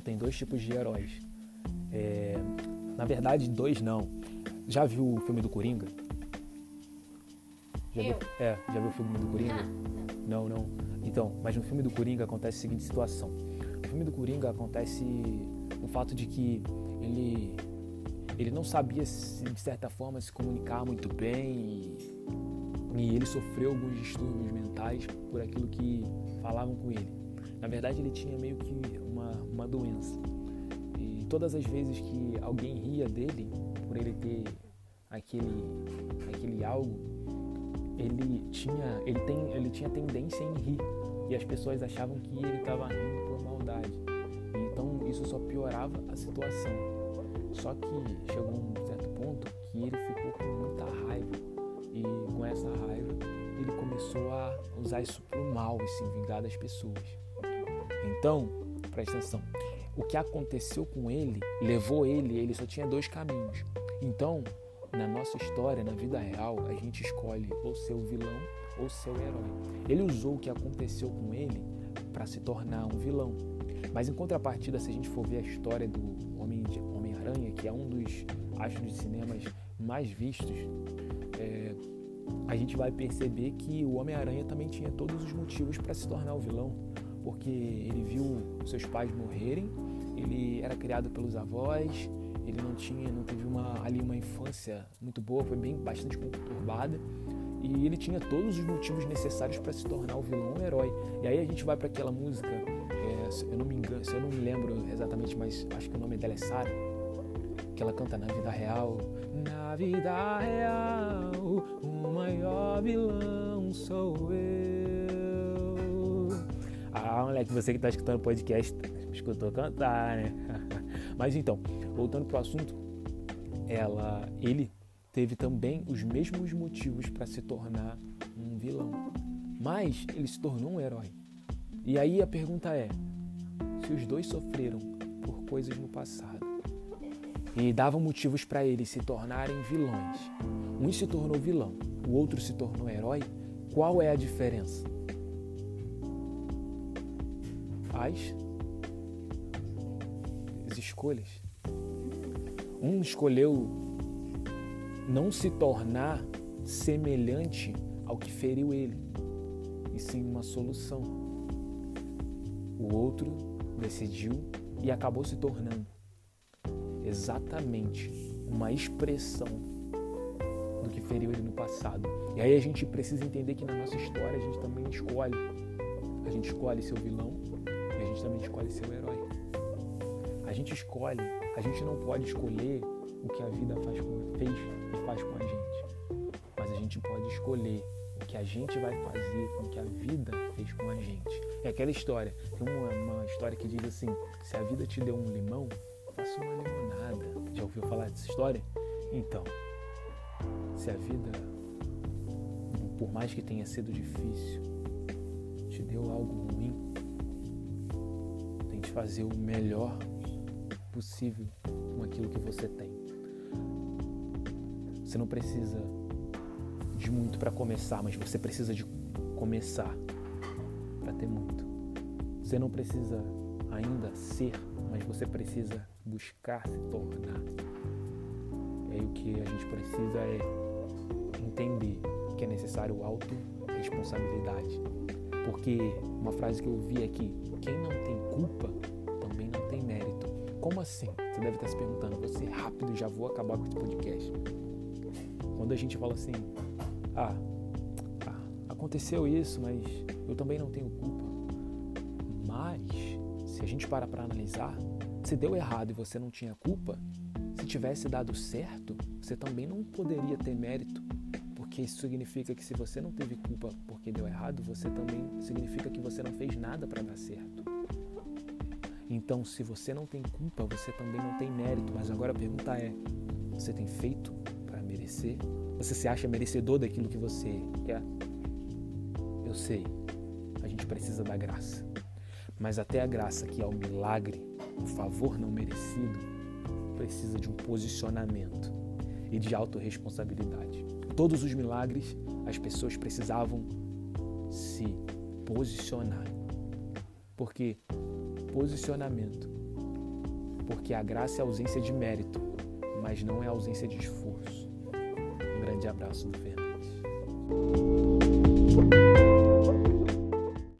tem dois tipos de heróis. Na verdade, dois não. Já viu o filme do Coringa? Já viu o filme do Coringa? Não. Então, mas no filme do Coringa acontece a seguinte situação. No filme do Coringa acontece o fato de que ele não sabia, de certa forma, se comunicar muito bem e ele sofreu alguns distúrbios mentais por aquilo que falavam com ele. Na verdade, ele tinha meio que uma doença. E todas as vezes que alguém ria dele, por ele ter aquele algo, ele tinha tendência em rir. E as pessoas achavam que ele estava rindo por maldade. Então, isso só piorava a situação. Só que chegou um certo ponto que ele ficou com muita raiva. E com essa raiva, ele começou a usar isso pro mal e se vingar das pessoas. Então, presta atenção. O que aconteceu com ele, levou ele só tinha dois caminhos. Então, na nossa história, na vida real, a gente escolhe ou ser o vilão ou ser o herói. Ele usou o que aconteceu com ele para se tornar um vilão. Mas em contrapartida, se a gente for ver a história do Homem-Aranha, que é um dos astros de cinemas mais vistos, a gente vai perceber que o Homem-Aranha também tinha todos os motivos para se tornar o vilão, porque ele viu seus pais morrerem, ele era criado pelos avós, ele não teve uma infância muito boa, foi bastante conturbada, e ele tinha todos os motivos necessários para se tornar o vilão ou o herói. E aí a gente vai para aquela música, eu não me lembro exatamente, mas acho que o nome dela é Sarah, que ela canta na vida real. Na vida real, o maior vilão sou eu. Moleque, você que tá escutando o podcast, escutou cantar, né? Mas então, voltando pro assunto, ele teve também os mesmos motivos para se tornar um vilão. Mas ele se tornou um herói. E aí a pergunta é, se os dois sofreram por coisas no passado e davam motivos para eles se tornarem vilões, um se tornou vilão, o outro se tornou herói, qual é a diferença? As escolhas. Um escolheu não se tornar semelhante ao que feriu ele, e sim uma solução. O outro decidiu e acabou se tornando exatamente uma expressão do que feriu ele no passado. E aí a gente precisa entender que na nossa história a gente também escolhe. A gente escolhe ser o vilão e a gente também escolhe ser o herói. A gente escolhe, a gente não pode escolher o que a vida fez e faz com a gente. Mas a gente pode escolher o que a gente vai fazer com o que a vida fez com a gente. É aquela história, tem uma história que diz assim, se a vida te deu um limão, faça uma limonada. Já ouviu falar dessa história? Então, se a vida, por mais que tenha sido difícil, te deu algo ruim, tente fazer o melhor possível com aquilo que você tem. Você não precisa de muito para começar, mas você precisa de começar para ter muito. Você não precisa ainda ser, mas você precisa buscar se tornar. E aí o que a gente precisa é entender que é necessário autorresponsabilidade. Porque uma frase que eu ouvi é que quem não tem culpa também não tem mérito. Como assim? Você deve estar se perguntando. Vou ser rápido e já vou acabar com esse podcast. Quando a gente fala assim, aconteceu isso, mas eu também não tenho culpa. Mas, se a gente para analisar, se deu errado e você não tinha culpa, se tivesse dado certo, você também não poderia ter mérito. Porque isso significa que se você não teve culpa porque deu errado, você também significa que você não fez nada para dar certo. Então, se você não tem culpa, você também não tem mérito. Mas agora a pergunta é, você tem feito para merecer? Você se acha merecedor daquilo que você quer? Eu sei, a gente precisa da graça. Mas até a graça, que é o milagre, o favor não merecido, precisa de um posicionamento e de autorresponsabilidade. Todos os milagres, as pessoas precisavam se posicionar. Porque posicionamento porque a graça é ausência de mérito, mas não é ausência de esforço. Um grande abraço do Fernandes.